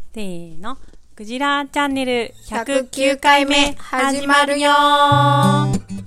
せーの、クジラチャンネル 109回目始まるよー。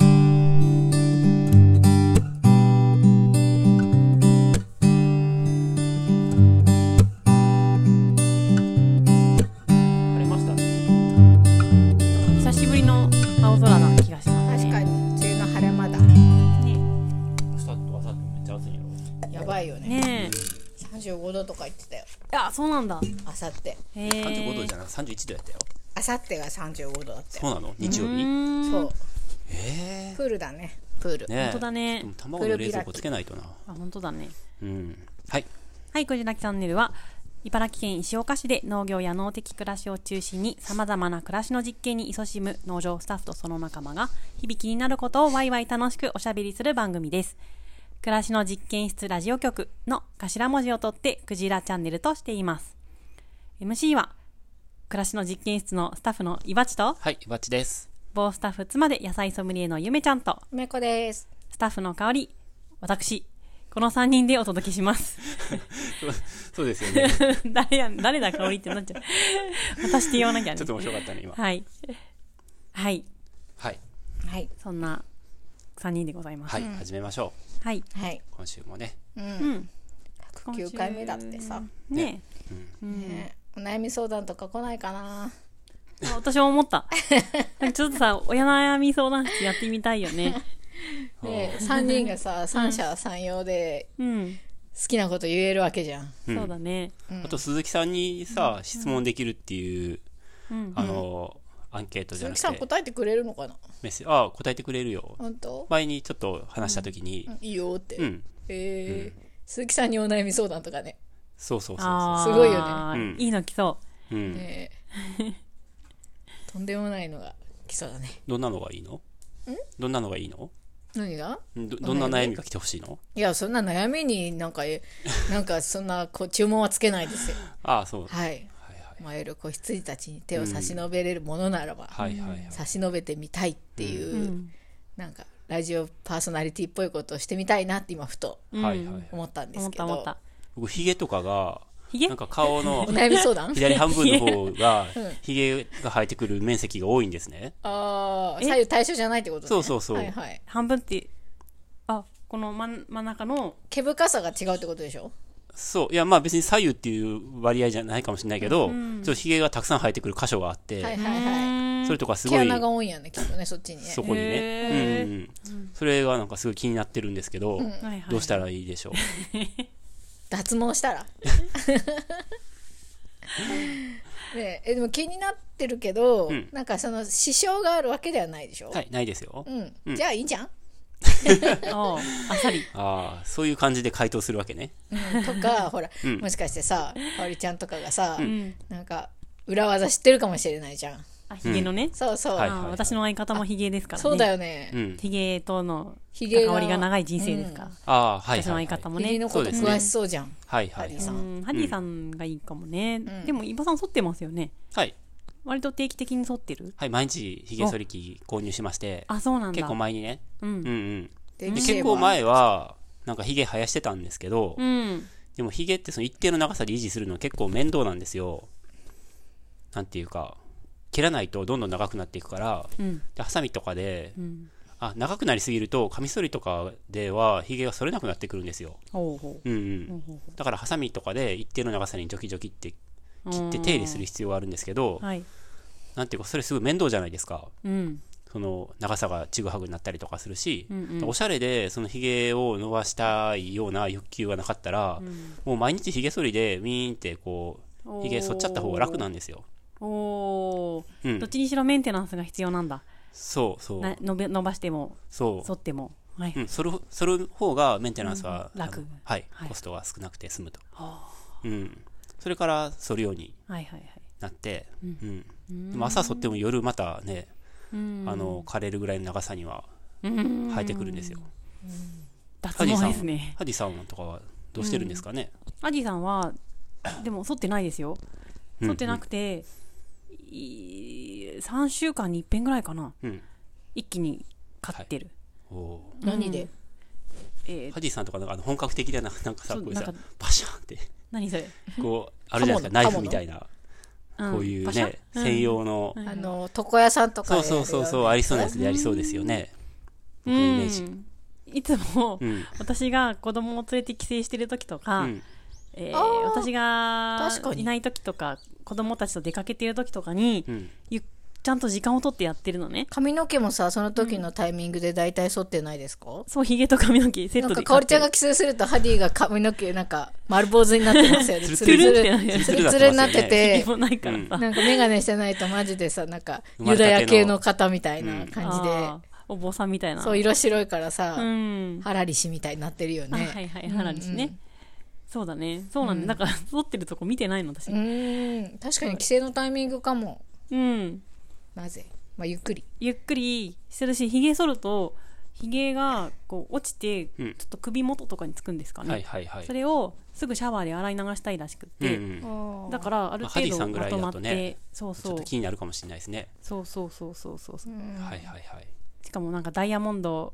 久しぶりの青空な気がしますね。 確かに梅雨の晴れ間だ。 ね明日と明後日めっちゃ暑いんやろ。 やばいよね。 ねえ。 35度とか言ってたよ。 あ、そうなんだ。 あさって。 へ 35度え。 じゃなく31度やったよ。 あさってが35度だったよ。 そうなの？日曜日？ そう。 えプールだね。プール。 ねえ。 本当だねでも卵の冷蔵庫つけないとな。 あ、本当だね。 はい。 はい、クジラチャンネルは茨城県石岡市で農業や農的暮らしを中心に様々な暮らしの実験に勤しむ農場スタッフとその仲間が響きになることをワイワイ楽しくおしゃべりする番組です。暮らしの実験室ラジオ局の頭文字を取ってクジラチャンネルとしています。MC は暮らしの実験室のスタッフのいばちと、 はい、バッチです。 某スタッフ妻で野菜ソムリエのゆめちゃんと、 めこです。 スタッフの代わり私、この3人でお届けします。 そうですよね。 誰だ香りってなっちゃう。私って言わなきゃね。 ちょっと面白かったね、今。 はい。はい。 はい。 はい。 そんな3人でございます。 はい、始めましょはい。 はい。 う。今週もね。 うん。 109回目だってさ。 ねね、お悩み相談とか来ないかな。 え。私も思った。ちょっとさ、親悩み相談室やってみたいよね。 で、3人がさ、三者三様でうん。 好きなこと言えるわけじゃん。 そうだね。 あと、鈴木さんにさ、質問できるっていう、 うん。 アンケートじゃなくて、 鈴木さん答えてくれるのかな。 メッセージ、答えてくれるよ。 本当？ 前にちょっと話したときに、 いいよって。 うん。 鈴木さんにお悩み相談とかね。 そうそうそうあーすごいようんいいの来そそう。うん。 ねえとんでもないのが来そうだね。 どんなのがいいの？どんなのがいいの？ 何が？ どんな悩みが来てほしいの？ いや、そんな悩みになんかそんな注文はつけないですよ。 ああ、そう。 はい。 はいはい燃える子羊たちに手を差し伸べれるものならば、 はいはいはい。 差し伸べてみたいっていう、 う。うん。 なんかラジオパーソナリティっぽいことをしてみたいなって今ふとはいはいはい。 思ったんで思すけど。 った思った。 僕、ヒゲとかが、 ひげなんか顔のお悩み相談？ 左半分の方が、ヒゲが生えてくる面積が多いんですね。 ああ、左右対称じゃないってことね。 そうそうそうはいはい。 半分って、あ、この真ん中の、 毛深さが違うってことでしょ？ そう。いや、まあ別に左右っていう割合じゃないかもしれないけど、ちょっとヒゲがたくさん生えてくる箇所があって、 はいはいはい。 それとかすごい、 毛穴が多いんやね、きっとね、そっちにね。 そこにね、うんうんうん。それがなんかすごい気になってるんですけど、 はいはいどうしたらいいでしょう。 脱毛したらねえ、でも気になってるけど、 んなんかその支障があるわけではないでしょ？ はい、ないですよ。 じゃあいいんじゃん、 ああっさり。 ああ、そういう感じで回答するわけね。 とかほら、 んもしかしてさ、かおりちゃんとかがさ、 んなんか裏技知ってるかもしれないじゃん。 あ、ひげのね。 そうそう、 はいあー私の相方もひげですからね。 そうだよね。 うん。 ひげとのひげが関わりが長い人生ですから。 ああ、はい私のはい、はい。 相方もね。 ひげのことそうですね詳しそうじゃん。 はいはいはい。 ハリーさん。 ハリーさんがいいかもね。でも、伊庭さん剃ってますよね。 はい。 割と定期的に剃ってる？ はい、毎日ヒゲ剃り機購入しまして、 あ、そうなんだ。 結構前にね。 うんうんうん。 でで結構前は、なんかヒゲ生やしてたんですけど、 うん。 でもヒゲってその一定の長さで維持するの結構面倒なんですよ。なんていうか、切らないとどんどん長くなっていくから、 うん。 でハサミとかで、 うん。 長くなりすぎると、カミソリとかではヒゲが剃れなくなってくるんですよ。 ほうほうんう。 う。ほうんほうほだからハサミとかで一定の長さにジョキジョキって切って手入れする必要があるんですけど、 はい。 なんていうか、それすごい面倒じゃないですか。 うん。 その長さがちぐはぐになったりとかするし、 うんうんおしゃれでそのヒゲを伸ばしたいような欲求がなかったら、もう毎日ヒゲ剃りでウィーンってこうヒゲ剃っちゃった方が楽なんですよ。 おー。 うんどっちにしろメンテナンスが必要なんだ。 そうそう伸ばしても、 そ剃っても。はい。 う、うん、剃る方がメンテナンスは、 楽。 はい、 はいコストが少なくて済むと、 はうん、それから剃るようにあはいはいはい。 なって、うんでも朝剃っても夜またね、枯れるぐらいの長さには生えてくるんですよ。 脱毛ですね。 ハディさんとかはどうしてるんですかね。 アジさんは、でも剃ってないですよ。 うん剃ってなくて、3週間に一遍ぐらいかな。 うん、 一気に買ってる。 おー何で？ ハディさんとかなんか本格的でなんかさ、こういうさなんかパシャンって何それ？ こうあるじゃないですか、ナイ刃物フみたいなこういうパシャね、専用の、 床屋さんとかでやるよねそう、ありそうなやつでやりそうですよね。僕のイメージ。 いつも、 うん私が子供を連れて帰省してる時とか、 うん私が確かにいない時とか子供たちと出かけてる時とかに、 うんちゃんと時間を取ってやってるのね。 髪の毛もさ、その時のタイミングで大体剃ってないですか？ そう、髭と髪の毛セットでなんか、かおりちゃんが帰省すると、ハディが髪の毛、なんか、丸坊主になってますよね。 ツルツルってなってるツルツルになって髭て、 もないからさ、 なんかメガネしてないとマジでさ、なんか、 生まれたてのユダヤ系の方みたいな感じで、 あーお坊さんみたいな。 そう、色白いからさ、 うん。 ハラリシみたいになってるよあね。 はいはい、花ですね。そうだね。そうなんだ。だから、撮ってるとこ見てないの、私。 確かに帰省のタイミングかも。 うん。 なぜまあ、ゆっくり。 ゆっくりしてるし、髭剃ると、髭がこう落ちて、ちょっと首元とかにつくんですかね。 はいはいはい。 それをすぐシャワーで洗い流したいらしくって、 うんだからあるハディ程度さんぐらいまとまって、 だとねそうそうちょっと気になるかもしれないですね。 そうそうそうそうそう、 はいはいはい。 しかもなんかダイヤモンド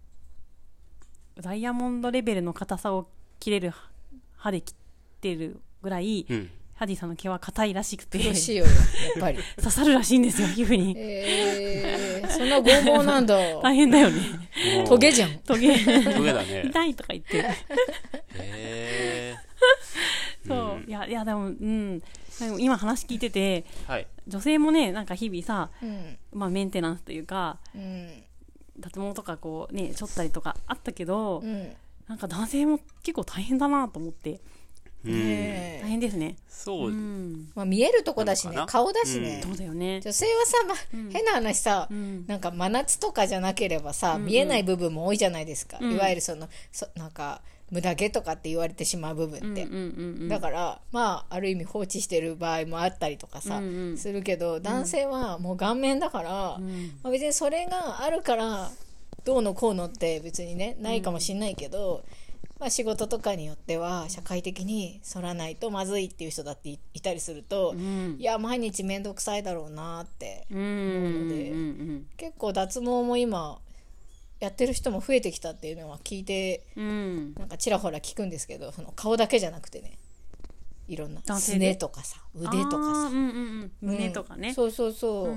レベルの硬さを切れる歯で切ってるぐらい、 うん。 ハディさんの毛は硬いらしくてどうしようよ、やっぱり。 刺さるらしいんですよ、皮膚に。 そんな剛毛なんだ。 大変だよね。 トゲじゃん。 トゲトゲだね。 痛いとか言ってへそう、いやでもでも今話聞いてて、 はい。 女性もねなんか日々さ、 うん。 まあ、メンテナンスというかうん。 脱毛とかこうねちょったりとかあったけど、 うん。 なんか男性も結構大変だなと思ってうん。 ねえ大変ですね。 そうう。 ん、 まあ、見えるとこだしねなの、かな顔だしね。 そうだよね。 女性はさ、まあ変な話さ、 んなんか真夏とかじゃなければさ、見えない部分も多いじゃないですか。 んいわゆるなんか、無駄毛とかって言われてしまう部分って。 うんうんうんだから、まあ、ある意味放置してる場合もあったりとかさ、するけど、男性はもう顔面だから、まあ、別にそれがあるから、どうのこうのって別にね、ないかもしんないけど、まあ、仕事とかによっては社会的に反らないとまずいっていう人だっていたりすると、いや毎日面倒くさいだろうなって思うので、結構脱毛も今やってる人も増えてきたっていうのは聞いて、なんかちらほら聞くんですけど、その顔だけじゃなくてね、いろんな男性ですねとかさ、腕とかさ、 胸とかね。 そうそうそう、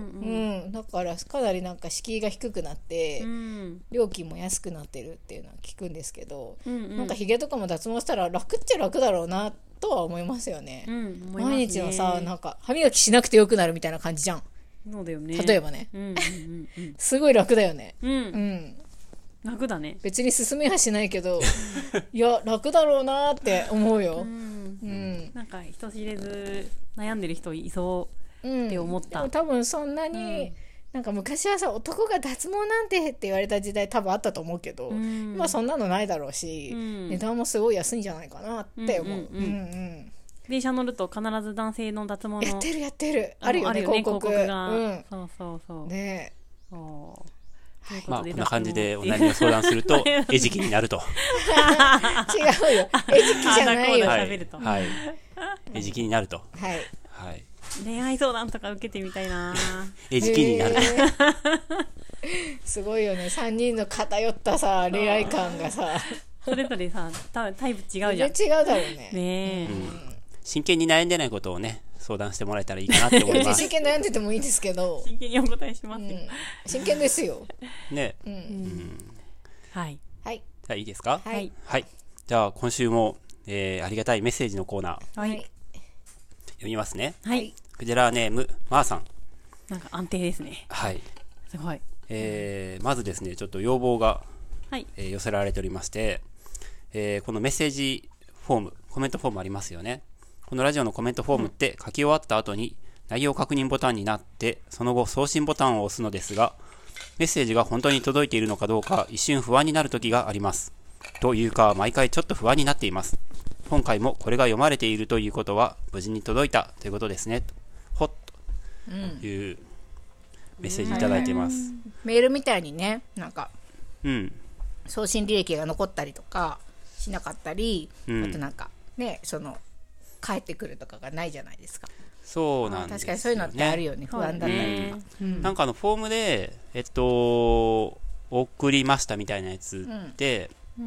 だからかなりなんか敷居が低くなって、料金も安くなってるっていうのは聞くんですけど、なんかヒゲとかも脱毛したら楽っちゃ楽だろうなとは思いますよね。 思いますね毎日のさ、なんか歯磨きしなくてよくなるみたいな感じじゃん。 そうだよね。 例えばね、すごい楽だよね。 楽だね。 別に進めはしないけどいや楽だろうなって思うよ。 なんか人知れず悩んでる人いそうって思った。 でも多分そんなに、なんか昔はさ、男が脱毛なんてって言われた時代多分あったと思うけど、今そんなのないだろうし、値段もすごい安いんじゃないかなって思う。 電車乗ると必ず男性の脱毛のやってるあるよね、広告が、そうそうそうね。 まあこんな感じでお悩みを相談すると餌食になると。 違うよ、餌食じゃないよ。 はい、餌食になると。 はい、 はい。 恋愛相談とか受けてみたいな。 餌食になる。 すごいよね、3人の偏ったさ恋愛観がさ、 それぞれさタイプ違うじゃん。 全然違うだろうね。 ねえ、 真剣に悩んでないことをね相談してもらえたらいいかなって思います。 真剣に悩んでてもいいですけど、 真剣にお答えしますよ。 真剣ですよね。 はい。 はい。 じゃあいいですか。 はい。 じゃあ今週も、ありがたいメッセージのコーナーはい。 読みますね。 はい。 クジラネームまーさん。 なんか安定ですね。 はい。 すごい。 まずですね、ちょっと要望が、 はい。 寄せられておりまして、このメッセージフォーム、コメントフォームありますよね。このラジオのコメントフォームって書き終わった後に内容確認ボタンになって、その後送信ボタンを押すのですが、メッセージが本当に届いているのかどうか一瞬不安になる時があります。というか、毎回ちょっと不安になっています。今回もこれが読まれているということは無事に届いたということですね。ほっというメッセージいただいています。 メールみたいにね、なんか送信履歴が残ったりとかしなかったり、あとなんかね、帰ってくるとかがないじゃないですか。 そうなんですよね。 確かにそういうのってあるよね、不安だったりとか。 なんかフォームで送りましたみたいなやつって、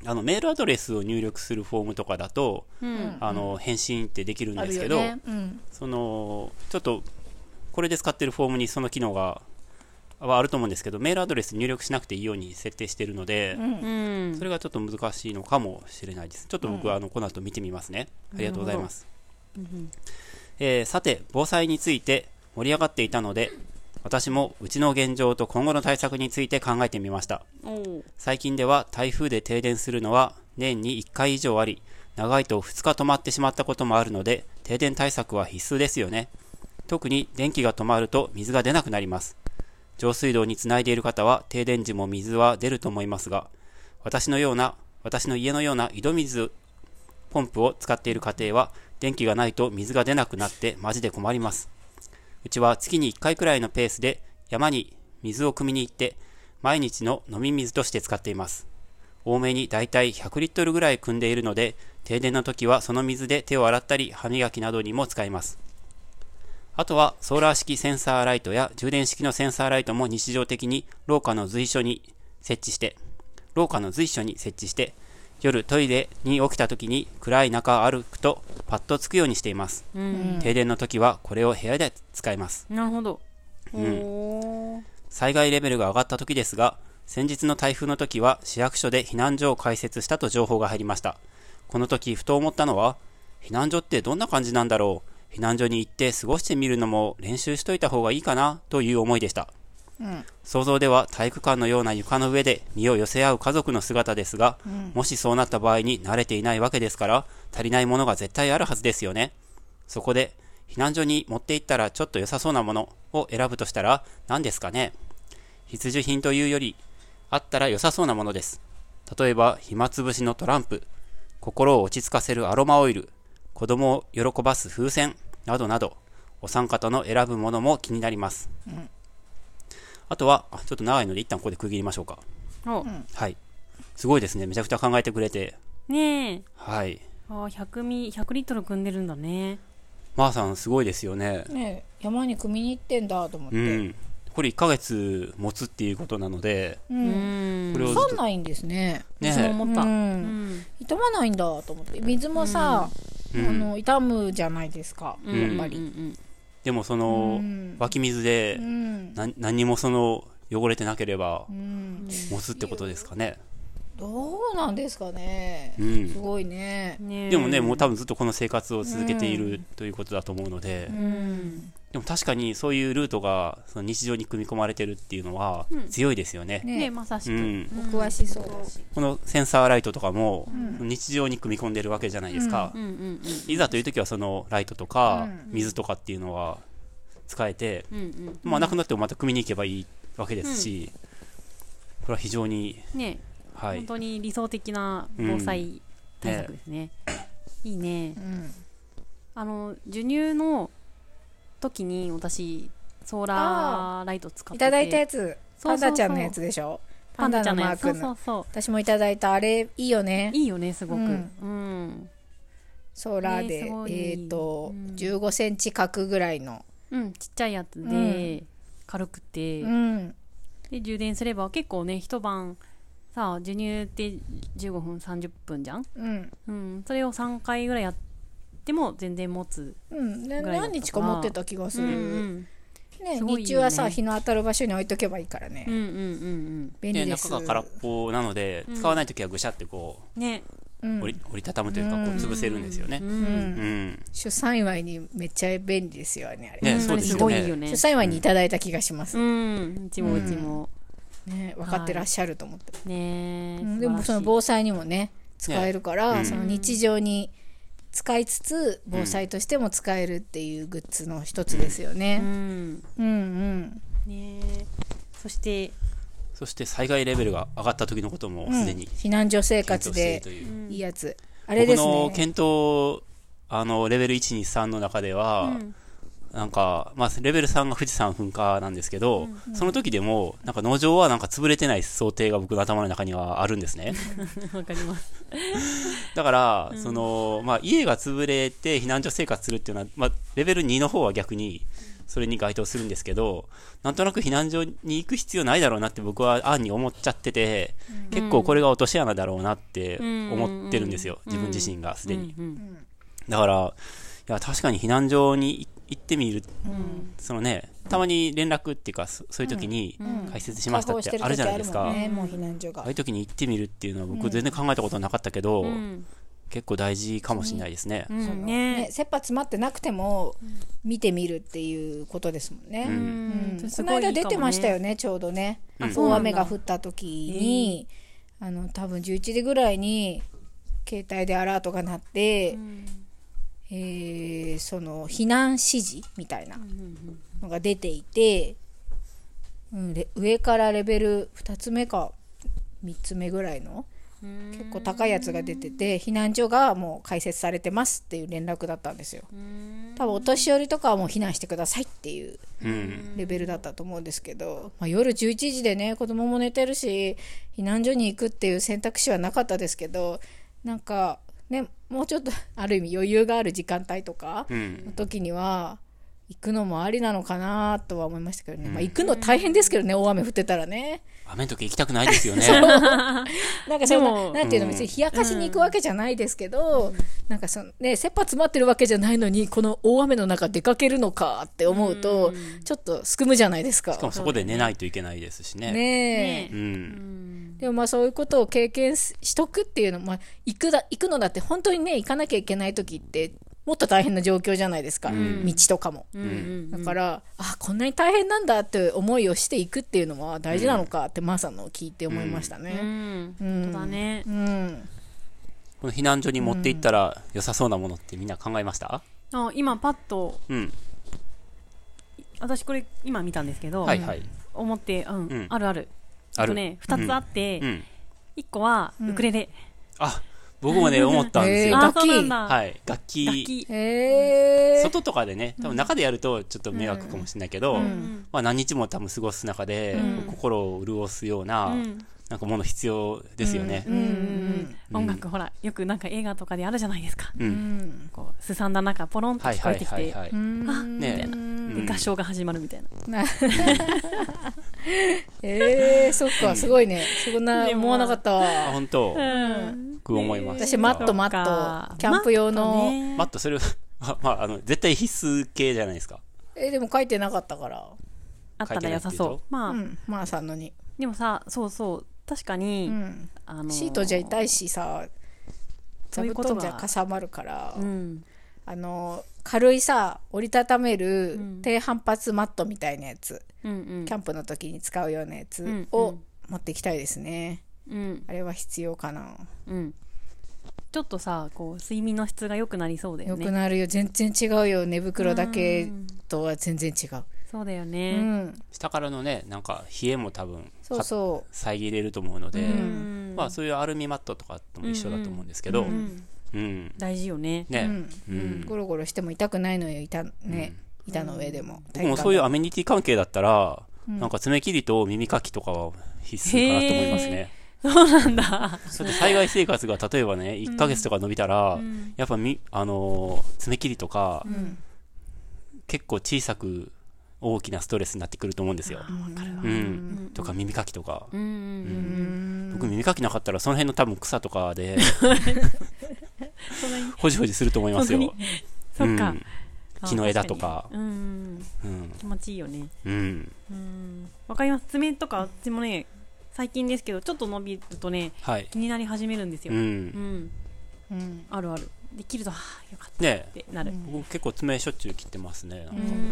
メールアドレスを入力するフォームとかだと、返信ってできるんですけど、 ね、 ちょっとこれで使ってるフォームにその機能がはあると思うんですけど、メールアドレス入力しなくていいように設定しているので、それがちょっと難しいのかもしれないです。ちょっと僕はこの後見てみますね。ありがとうございます。さて、防災について盛り上がっていたので、私もうちの現状と今後の対策について考えてみました。最近では台風で停電するのは年に1回以上あり、長いと2日止まってしまったこともあるので、停電対策は必須ですよね。特に電気が止まると水が出なくなります。上水道につないでいる方は停電時も水は出ると思いますが、私の家のような井戸水ポンプを使っている家庭は電気がないと水が出なくなってマジで困ります。うちは月に1回くらいのペースで山に水を汲みに行って毎日の飲み水として使っています。多めにだいたい100リットルぐらい汲んでいるので、停電の時はその水で手を洗ったり歯磨きなどにも使います。あとはソーラー式センサーライトや充電式のセンサーライトも日常的に廊下の随所に設置して、夜トイレに起きた時に暗い中歩くとパッとつくようにしています。停電の時はこれを部屋で使います。 なるほど。 災害レベルが上がった時ですが、先日の台風の時は市役所で避難所を開設したと情報が入りました。この時ふと思ったのは、避難所ってどんな感じなんだろう、避難所に行って過ごしてみるのも練習しといた方がいいかなという思いでした。想像では体育館のような床の上で身を寄せ合う家族の姿ですが、もしそうなった場合に慣れていないわけですから、足りないものが絶対あるはずですよね。そこで避難所に持って行ったらちょっと良さそうなものを選ぶとしたら何ですかね。必需品というよりあったら良さそうなものです。例えば暇つぶしのトランプ、心を落ち着かせるアロマオイル、子供を喜ばす風船などなど、お三方の選ぶものも気になります。あとはちょっと長いので一旦ここで区切りましょうか。はい、すごいですね。めちゃくちゃ考えてくれてねえ。 はい。 100リットル汲んでるんだね。 まーさんすごいですよね。 ね、山に汲みに行ってんだと思って、 これ1ヶ月持つっていうことなので、 これを分かんないんですね。 そう思った。 傷まないんだと思って。水もさ、傷むじゃないですか、やっぱり。 でもその湧き水で何にもその汚れてなければ持つってことですかね。 どうなんですかね。すごいね。 でもね、もう多分ずっとこの生活を続けているということだと思うので、でも確かにそういうルートがその日常に組み込まれてるっていうのは強いですよね。 ね、まさしく。 お詳しそうだし。 このセンサーライトとかも日常に組み込んでるわけじゃないですか。いざという時はそのライトとか水とかっていうのは使えて、まあなくなってもまた組みに行けばいいわけですし、これは非常にね、本当に理想的な防災対策ですね。いいね。授乳の時に私ソーラーライト使ってて、 いただいたやつ、パンダちゃんのやつでしょ。パンダのマークの。私もいただいた。あれいいよね。 いいよね、すごく。 ソーラーで15センチ角ぐらいの、 ちっちゃいやつで軽くて、で充電すれば結構ね、一晩さあ授乳って15分30分じゃん。それを3回ぐらいやっても全然持つぐらいだったから、 何日か持ってた気がする。日中はさ、日の当たる場所に置いとけばいいからね。便利です。 中が空っぽなので、使わないときはぐしゃってこう折りたたむというか、こう潰せるんですよね。 出産祝いにめっちゃ便利ですよね、あれ。そうですよね。 出産祝いにいただいた気がします。 うちもね、分かってらっしゃると思って。 でもその防災にもね使えるから、その日常に使いつつ防災としても使えるっていうグッズの一つですよね。 そして災害レベルが上がった時のこともすでに避難所生活でいいやつ。あれですね。 僕の検討レベル1、2、3の中では、 なんか、まあ、レベル3が富士山噴火なんですけど、その時でも、なんか農場はなんか潰れてない想定が僕の頭の中にはあるんですね。 わかります。 だから、まあ、家が潰れて避難所生活するっていうのは、まあ、レベル2の方は逆に、それに該当するんですけど、なんとなく避難所に行く必要ないだろうなって僕は案に思っちゃってて、結構これが落とし穴だろうなって思ってるんですよ。自分自身がすでに。だから、いや、確かに避難所に行ってみる、そのね、たまに連絡っていうか、そういう時に解説しましたってあるじゃないですか。ああいう時に行ってみるっていうのは僕全然考えたことなかったけど、結構大事かもしれないですね。 切羽詰まってなくても見てみるっていうことですもんね。この間出てましたよね、ちょうどね。大雨が降った時に、多分11時ぐらいに携帯でアラートが鳴って、その避難指示みたいなのが出ていて、上からレベル2つ目か3つ目ぐらいの結構高いやつが出てて、避難所がもう開設されてますっていう連絡だったんですよ。多分お年寄りとかはもう避難してくださいっていうレベルだったと思うんですけど、まあ、夜11時でね、子供も寝てるし避難所に行くっていう選択肢はなかったですけど、なんかね、もうちょっとある意味余裕がある時間帯とかの時には行くのもありなのかなとは思いましたけどね。まあ、行くの大変ですけどね、大雨降ってたらね。 雨の時行きたくないですよね。 なんかそんな、なんていうの、別に冷やかしに行くわけじゃないですけど、なんかそのね、切羽詰まってるわけじゃないのに、この大雨の中出かけるのかって思うと、ちょっとすくむじゃないですか。 しかもそこで寝ないといけないですしね。 ねえ。でもまあそういうことを経験しとくっていうのも、まあ、行くのだって本当にね、行かなきゃいけない時ってもっと大変な状況じゃないですか、道とかも、だからこんなに大変なんだって思いをしていくっていうのは大事なのかってマーさんのを聞いて思いましたね。 本当だね。 この避難所に持って行ったら良さそうなものってみんな考えました？ 今パッと、私これ今見たんですけど、思って、あるある。2つあって、1個はウクレレ。 僕もね、思ったんですよ。 そうなんだ。 はい。楽器。外とかでね、多分中でやるとちょっと迷惑かもしれないけど、まあ何日も多分過ごす中で、心を潤すような、なんかもの必要ですよね。 音楽、ほら、よくなんか映画とかであるじゃないですか。こう、すさんだ中、ポロンと聞こえてきて、みたいな。合唱が始まるみたいな。 そっか、すごいね。そんな思わなかったわ。 本当。僕思います。 私マット、キャンプ用の。 マット、それは、まあ、絶対必須系じゃないですか。 でも書いてなかったから。 あったら良さそう。 まあさんのに。 でもさ、そう確かに、 シートじゃ痛いしさ、座布団じゃかさばるから、軽いさ、折りたためる低反発マットみたいなやつ、キャンプの時に使うようなやつを持っていきたいですね。あれは必要かな。 ちょっとさ、こう睡眠の質が良くなりそうだよね。 良くなるよ。全然違うよ。寝袋だけとは全然違う。 そうだよね。 下からのね、なんか冷えも多分遮れると思うので、まあそういうアルミマットとかとも一緒だと思うんですけど、 大事よね。 ゴロゴロしても痛くないのよ。板の上でも。 僕もそういうアメニティ関係だったら、なんか爪切りと耳かきとかは必須かなと思いますね。 そうなんだ。 それで災害生活が例えばね、1ヶ月とか伸びたら、やっぱ爪切りとか、結構小さく大きなストレスになってくると思うんですよ。とか耳かきとか。僕耳かきなかったらその辺の多分草とかでほじほじすると思いますよ。 そっか。 木の枝とか。 気持ちいいよね。わかります。爪とか私もね、最近ですけどちょっと伸びるとね、気になり始めるんですよ。あるある。できるとよかったってなる。 僕結構爪しょっちゅう切ってますね。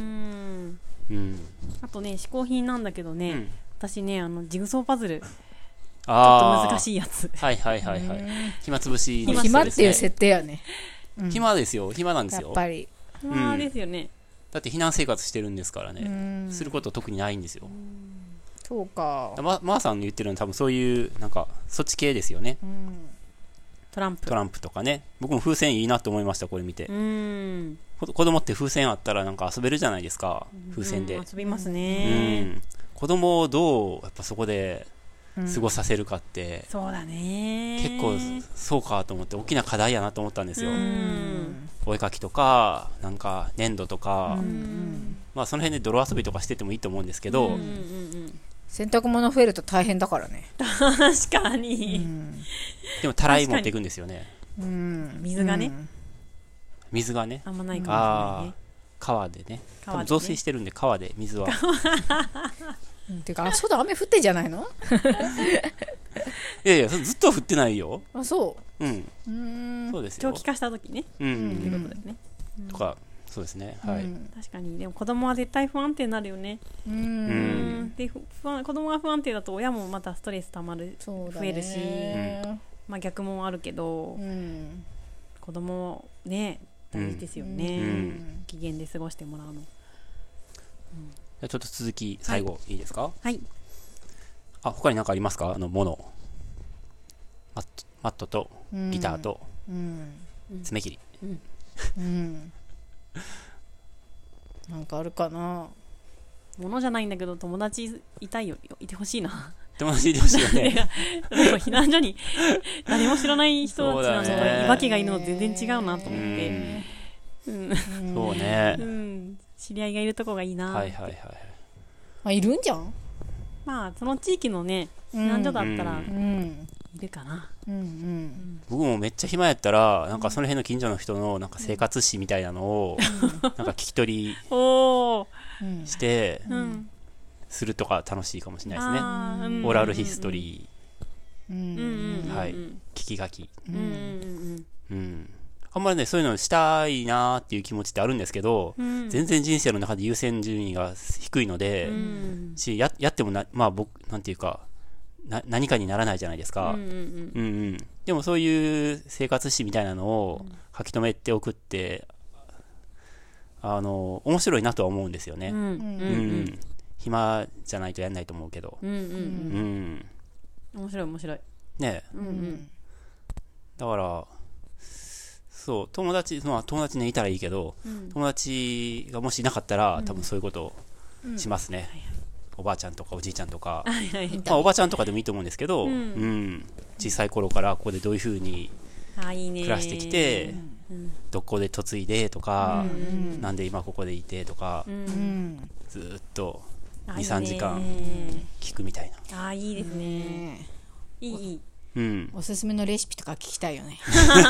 あとね、嗜好品なんだけどね、私ね、ジグソーパズルちょっと難しいやつ。 暇つぶしの暇っていう設定やね。 暇ですよ。暇なんですよ。 やっぱり暇ですよね。 だって避難生活してるんですからね。すること特にないんですよ。 そうか。 マーさんの言ってるのは多分そういうなんかそっち系ですよね。 トランプ。 トランプとかね。僕も風船いいなと思いました、これ見て。子供って風船あったらなんか遊べるじゃないですか、風船で。 遊びますね。 子供をどうやっぱそこで過ごさせるかって、 そうだね。 結構そうかと思って大きな課題やなと思ったんですよ。お絵描きとかなんか粘土とか、まあその辺で泥遊びとかしててもいいと思うんですけど、 洗濯物増えると大変だからね。 確かに。 でもたらい持っていくんですよね。 水がね、 水がね、 あんまないかもしれないね。 川でね、多分増水してるんで川で水は。 てか、そうだ、雨降ってんじゃないの？ いやいや、ずっと降ってないよ。 あ、そう。 そうですよ。 長期化した時ね。っていうことだよね。 とか、そうですね。はい。 確かに、でも子供は絶対不安定になるよね。で、子供が不安定だと親もまたストレスたまる、増えるし、まあ逆もあるけど、子供ね、大事ですよね。機嫌で過ごしてもらうの。 じゃあちょっと続き最後いいですか？ はい。 あ、他に何かありますか？もの。マットとギターと爪切り。 なんかあるかな。 ものじゃないんだけど友達いたいよ、いてほしいな。 友達いてほしいよね。 でも避難所に何も知らない人たちなのといわけがいるの全然違うなと思って。 そうね。 知り合いがいるとこがいいな。 はいはいはい。 あ、いるんじゃん。 まあその地域のね避難所だったらいるかな。 僕もめっちゃ暇やったらなんかその辺の近所の人のなんか生活史みたいなのをなんか聞き取りしてするとか楽しいかもしれないですね。オラルヒストリー、はい、聞き書き。あんまりね、そういうのしたいなーっていう気持ちってあるんですけど、全然人生の中で優先順位が低いので、やってもまあ僕、なんていうか、何かにならないじゃないですか。でもそういう生活史みたいなのを書き留めておくって、面白いなとは思うんですよね。暇じゃないとやんないと思うけど。面白い面白い。 ねえ。だから、そう、友達ね、いたらいいけど、友達がもしいなかったら、多分そういうことをしますね。おばあちゃんとかおじいちゃんとか、まあおばあちゃんとかでもいいと思うんですけど、小さい頃からここでどういうふうに暮らしてきて、どこで嫁いでとか、なんで今ここでいてとか、ずっと2、3時間聞くみたいな。 あ、いいですね。いい。 おすすめのレシピとか聞きたいよね。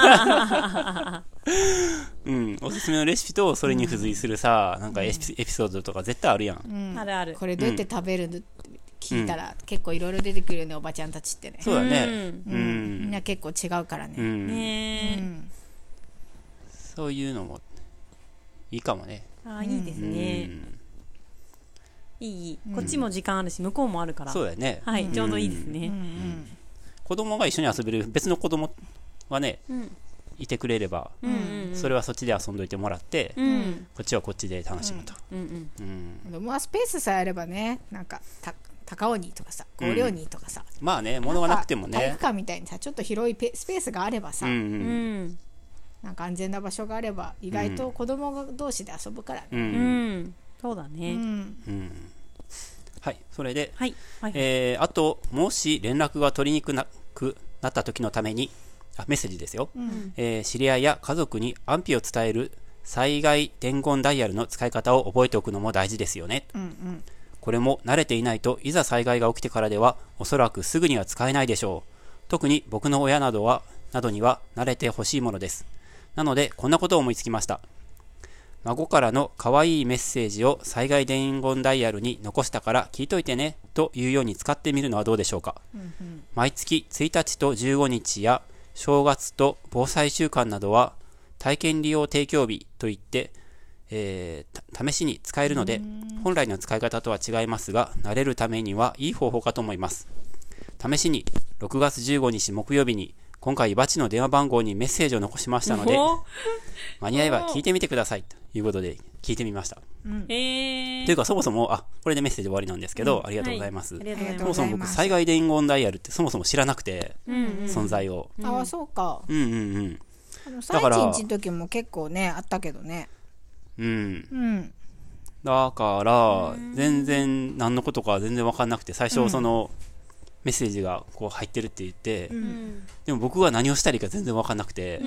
おすすめのレシピとそれに付随するさ、なんかエピソードとか絶対あるやん。 あるある。 これどうやって食べるのって聞いたら結構いろいろ出てくるよね、おばちゃんたちってね。 そうだね。みんな結構違うからね。 そういうのもいいかもね。 あ、いいですね。いい。こっちも時間あるし向こうもあるから。 そうだよね。 はい、ちょうどいいですね。 子供が一緒に遊べる別の子供がね、いてくれれば、それはそっちで遊んどいてもらって、こっちはこっちで楽しむと。 子供はスペースさえあればね、なんか高尾にとかさ、五稜にとかさ、 まあね、物がなくてもね、 体育館みたいにさ、ちょっと広いスペースがあればさ、なんか安全な場所があれば意外と子供同士で遊ぶからね。 そうだね。 はい、それで、あともし連絡が取りにくくなった時のために、メッセージですよ、知り合いや家族に安否を伝える災害伝言ダイヤルの使い方を覚えておくのも大事ですよね。これも慣れていないといざ災害が起きてからではおそらくすぐには使えないでしょう。特に僕の親などには慣れてほしいものです。なのでこんなことを思いつきました。孫からの可愛いメッセージを災害伝言ダイヤルに残したから聞いといてねというように使ってみるのはどうでしょうか。毎月1日と15日や正月と防災週間などは体験利用提供日といって、試しに使えるので本来の使い方とは違いますが慣れるためにはいい方法かと思います。試しに6月15日木曜日に今回バチの電話番号にメッセージを残しましたので、間に合えば聞いてみてくださいということで聞いてみました。というかそもそも、これでメッセージ終わりなんですけど、ありがとうございます。 ありがとうございます。 そもそも僕、災害伝言ダイヤルってそもそも知らなくて、存在を。 ああ、そうか。 311 の時も結構ね、あったけどね。 だから、全然、何のことか全然わかんなくて、最初その、メッセージがこう入ってるって言って、でも僕は何をしたらいいか全然わかんなくて、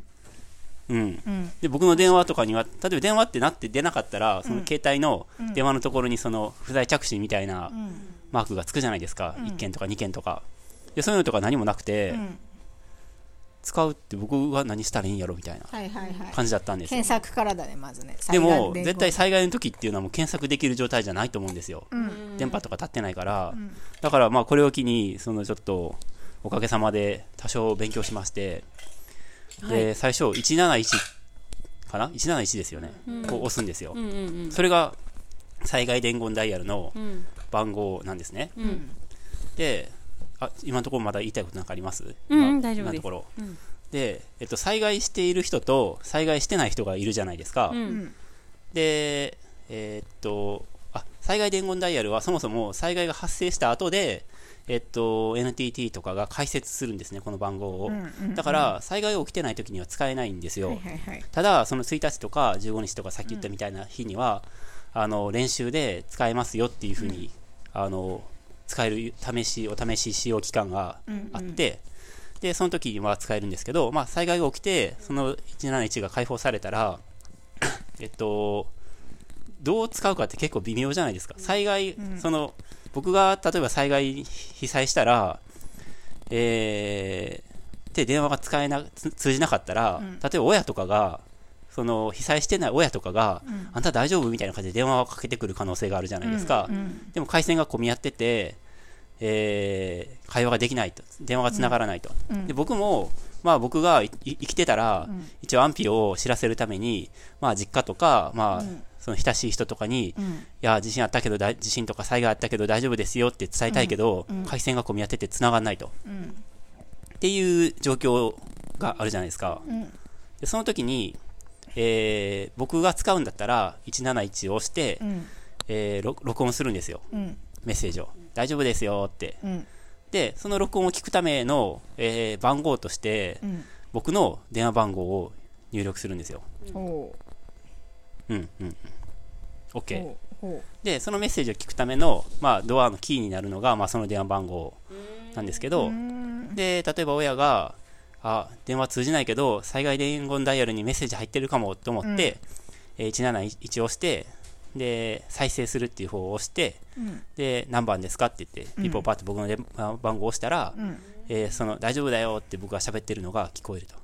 で僕の電話とかには、例えば電話ってなって出なかったら、その携帯の電話のところにその不在着信みたいなマークがつくじゃないですか、1件とか2件とかで、そういうのとか何もなくて、使うって僕は何したらいいんやろみたいな感じだったんですよ。 検索からだね、まずね。 でも絶対災害の時っていうのはもう検索できる状態じゃないと思うんですよ、電波とか立ってないから、だからまあこれを機にそのちょっとおかげさまで多少勉強しまして、で最初171かな、171ですよね、を押すんですよ。それが災害伝言ダイヤルの番号なんですね。で、今のところまだ言いたいことなんかあります？ 大丈夫です。 今のところ。で、災害している人と災害してない人がいるじゃないですか。で、災害伝言ダイヤルはそもそも災害が発生した後で、NTT とかが開設するんですね、この番号を。だから災害が起きてない時には使えないんですよ。ただその1日とか15日とかさっき言ったみたいな日には、練習で使えますよっていうふうに、使えるお試し使用期間があって、でその時には使えるんですけど、まあ、災害が起きてその171が解放されたらどう使うかって結構微妙じゃないですか。災害、僕が例えば災害被災したら、で電話が通じなかったら、例えば親とかがその被災してない親とかが、あんた大丈夫みたいな感じで電話をかけてくる可能性があるじゃないですか。でも回線が混み合ってて、会話ができないと、電話がつながらないと。で僕も、まあ、僕が生きてたら、一応安否を知らせるために、まあ、実家とか、まあその親しい人とかに、いや地震とか災害あったけど大丈夫ですよって伝えたいけど、回線が混み合っててつながらないと、っていう状況があるじゃないですか。でその時に僕が使うんだったら171を押して、録音するんですよ、メッセージを。大丈夫ですよって、でその録音を聞くための、番号として、僕の電話番号を入力するんですよ。OK でそのメッセージを聞くための、まあ、ドアのキーになるのが、まあ、その電話番号なんですけど、で例えば親が電話通じないけど災害伝言ダイヤルにメッセージ入ってるかもと思って、171を押してで再生するっていう方を押して、で何番ですかって言ってリポパーって僕の電話番号を押したら、その大丈夫だよって僕が喋ってるのが聞こえると。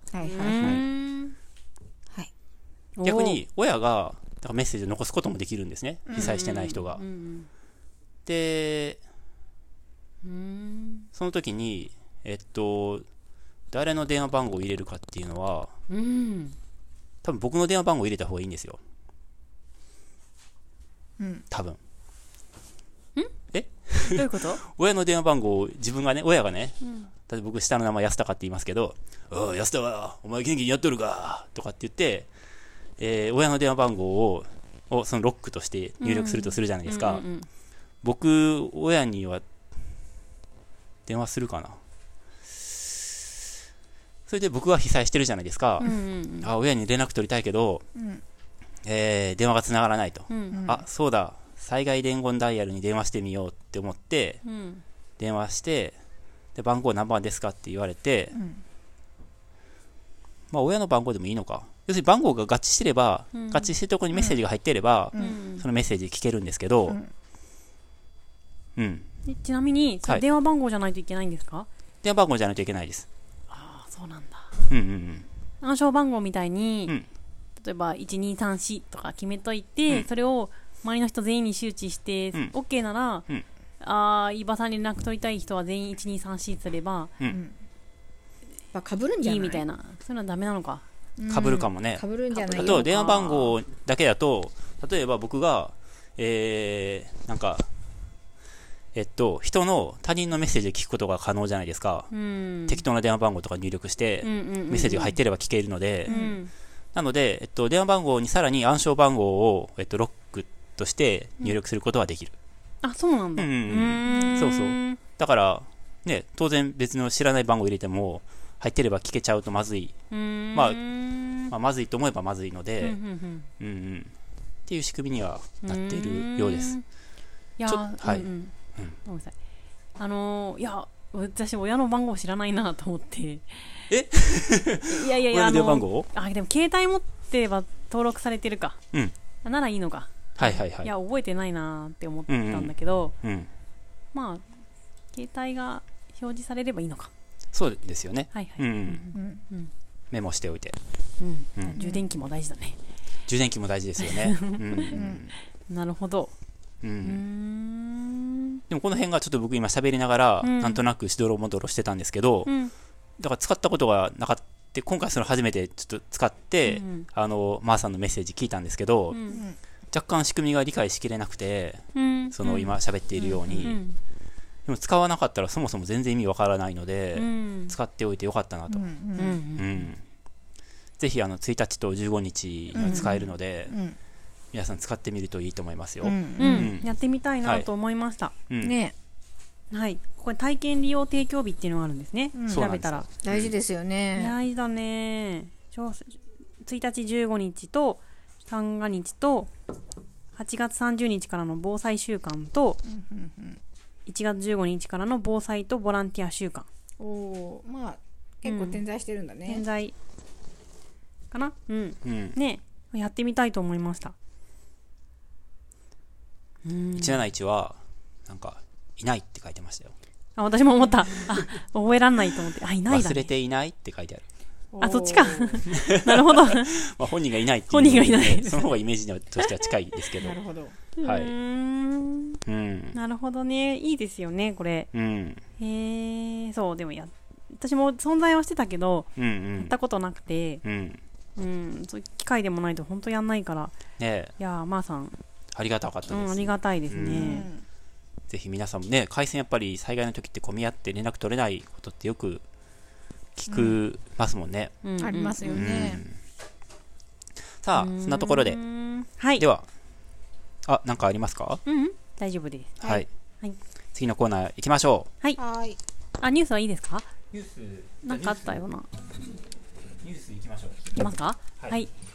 逆に親がだからメッセージを残すこともできるんですね、被災してない人が。でその時に誰の電話番号を入れるかっていうのは、多分僕の電話番号を入れた方がいいんですよ、多分。 どういうこと親の電話番号を自分がね、親がね、例えば僕下の名前安田かって言いますけど、安田はお前元気にやっとるかとかって言って、親の電話番号をそのロックとして入力するとするじゃないですか。僕親には電話するかな。それで僕が被災してるじゃないですか。親に連絡取りたいけど、電話がつながらないと。そうだ、災害伝言ダイヤルに電話してみようって思って、電話してで番号何番ですかって言われて、まあ親の番号でもいいのか。要するに番号が合致してれば、合致してるところにメッセージが入っていれば、そのメッセージ聞けるんですけど、 ちなみに、それ電話番号じゃないといけないんですか？ 電話番号じゃないといけないです。 そうなんだ。暗証番号みたいに、例えば1234とか決めといて、それを周りの人全員に周知して、OK なら、伊庭さんに連絡取りたい人は全員1234すれば、 かぶるんじゃない？ いいみたいな。そういうのはダメなのか。 かぶるかもね。 かぶるんじゃない？ あと電話番号だけだと、例えば僕がなんか他人のメッセージを聞くことが可能じゃないですか。適当な電話番号とか入力して、メッセージが入ってれば聞けるので、なので、電話番号にさらに暗証番号を、ロックとして入力することはできる。 あ、そうなんだ。 そうそう。だから、ね、当然別の知らない番号入れても、入ってれば聞けちゃうとまずい。まあ、まずいと思えばまずいので、っていう仕組みにはなっているようです。 いや、はい。ごめんなさい。いや、私、親の番号知らないなと思って。いや、 親の電話番号？ でも携帯持ってれば登録されてるか。ならいいのか。 はいはいはい。 いや、覚えてないなって思ったんだけど、まあ、携帯が表示されればいいのか。 そうですよね。 はいはい。 メモしておいて。 充電器も大事だね。 充電器も大事ですよね。 なるほど。 でもこの辺がちょっと僕今喋りながら、なんとなくしどろもどろしてたんですけど、だから使ったことがなかった、今回その初めてちょっと使って、マーさんのメッセージ聞いたんですけど、若干仕組みが理解しきれなくて、その今喋っているように、でも使わなかったらそもそも全然意味わからないので、使っておいてよかったなと。ぜひ1日と15日には使えるので、皆さん使ってみるといいと思いますよ。 やってみたいなと思いました。ね。はい。ここに体験利用提供日っていうのがあるんですね。調べたら。 大事ですよね。 大事だね。1日15日と三が日と8月30日からの防災週間と1月15日からの防災とボランティア週間。 まあ結構点在してるんだね。 点在かな。ね、やってみたいと思いました。 171はなんかいないって書いてましたよ。 私も思った。覚えらんないと思って。いないだね。 忘れていないって書いてある。 そっちか。なるほど。 本人がいないっていう。 本人がいない。 その方がイメージとしては近いですけど。 なるほど。 はい。 なるほどね。いいですよね、これ。そう、でも私も存在はしてたけど、やったことなくて、そういう機会でもないと本当やんないから。いや、まーさん。 ありがたかったです。 ありがたいですね。 ぜひ皆さんもね、回線やっぱり災害の時って混み合って連絡取れないことってよく聞くますもんね。 ありますよね。 さあ、そんなところで。では、なんかありますか？ 大丈夫です。 はい。次のコーナー行きましょう。はい。ニュースはいいですか？ ニュースなんかあったような。 ニュース行きましょう。 行きますか？はい。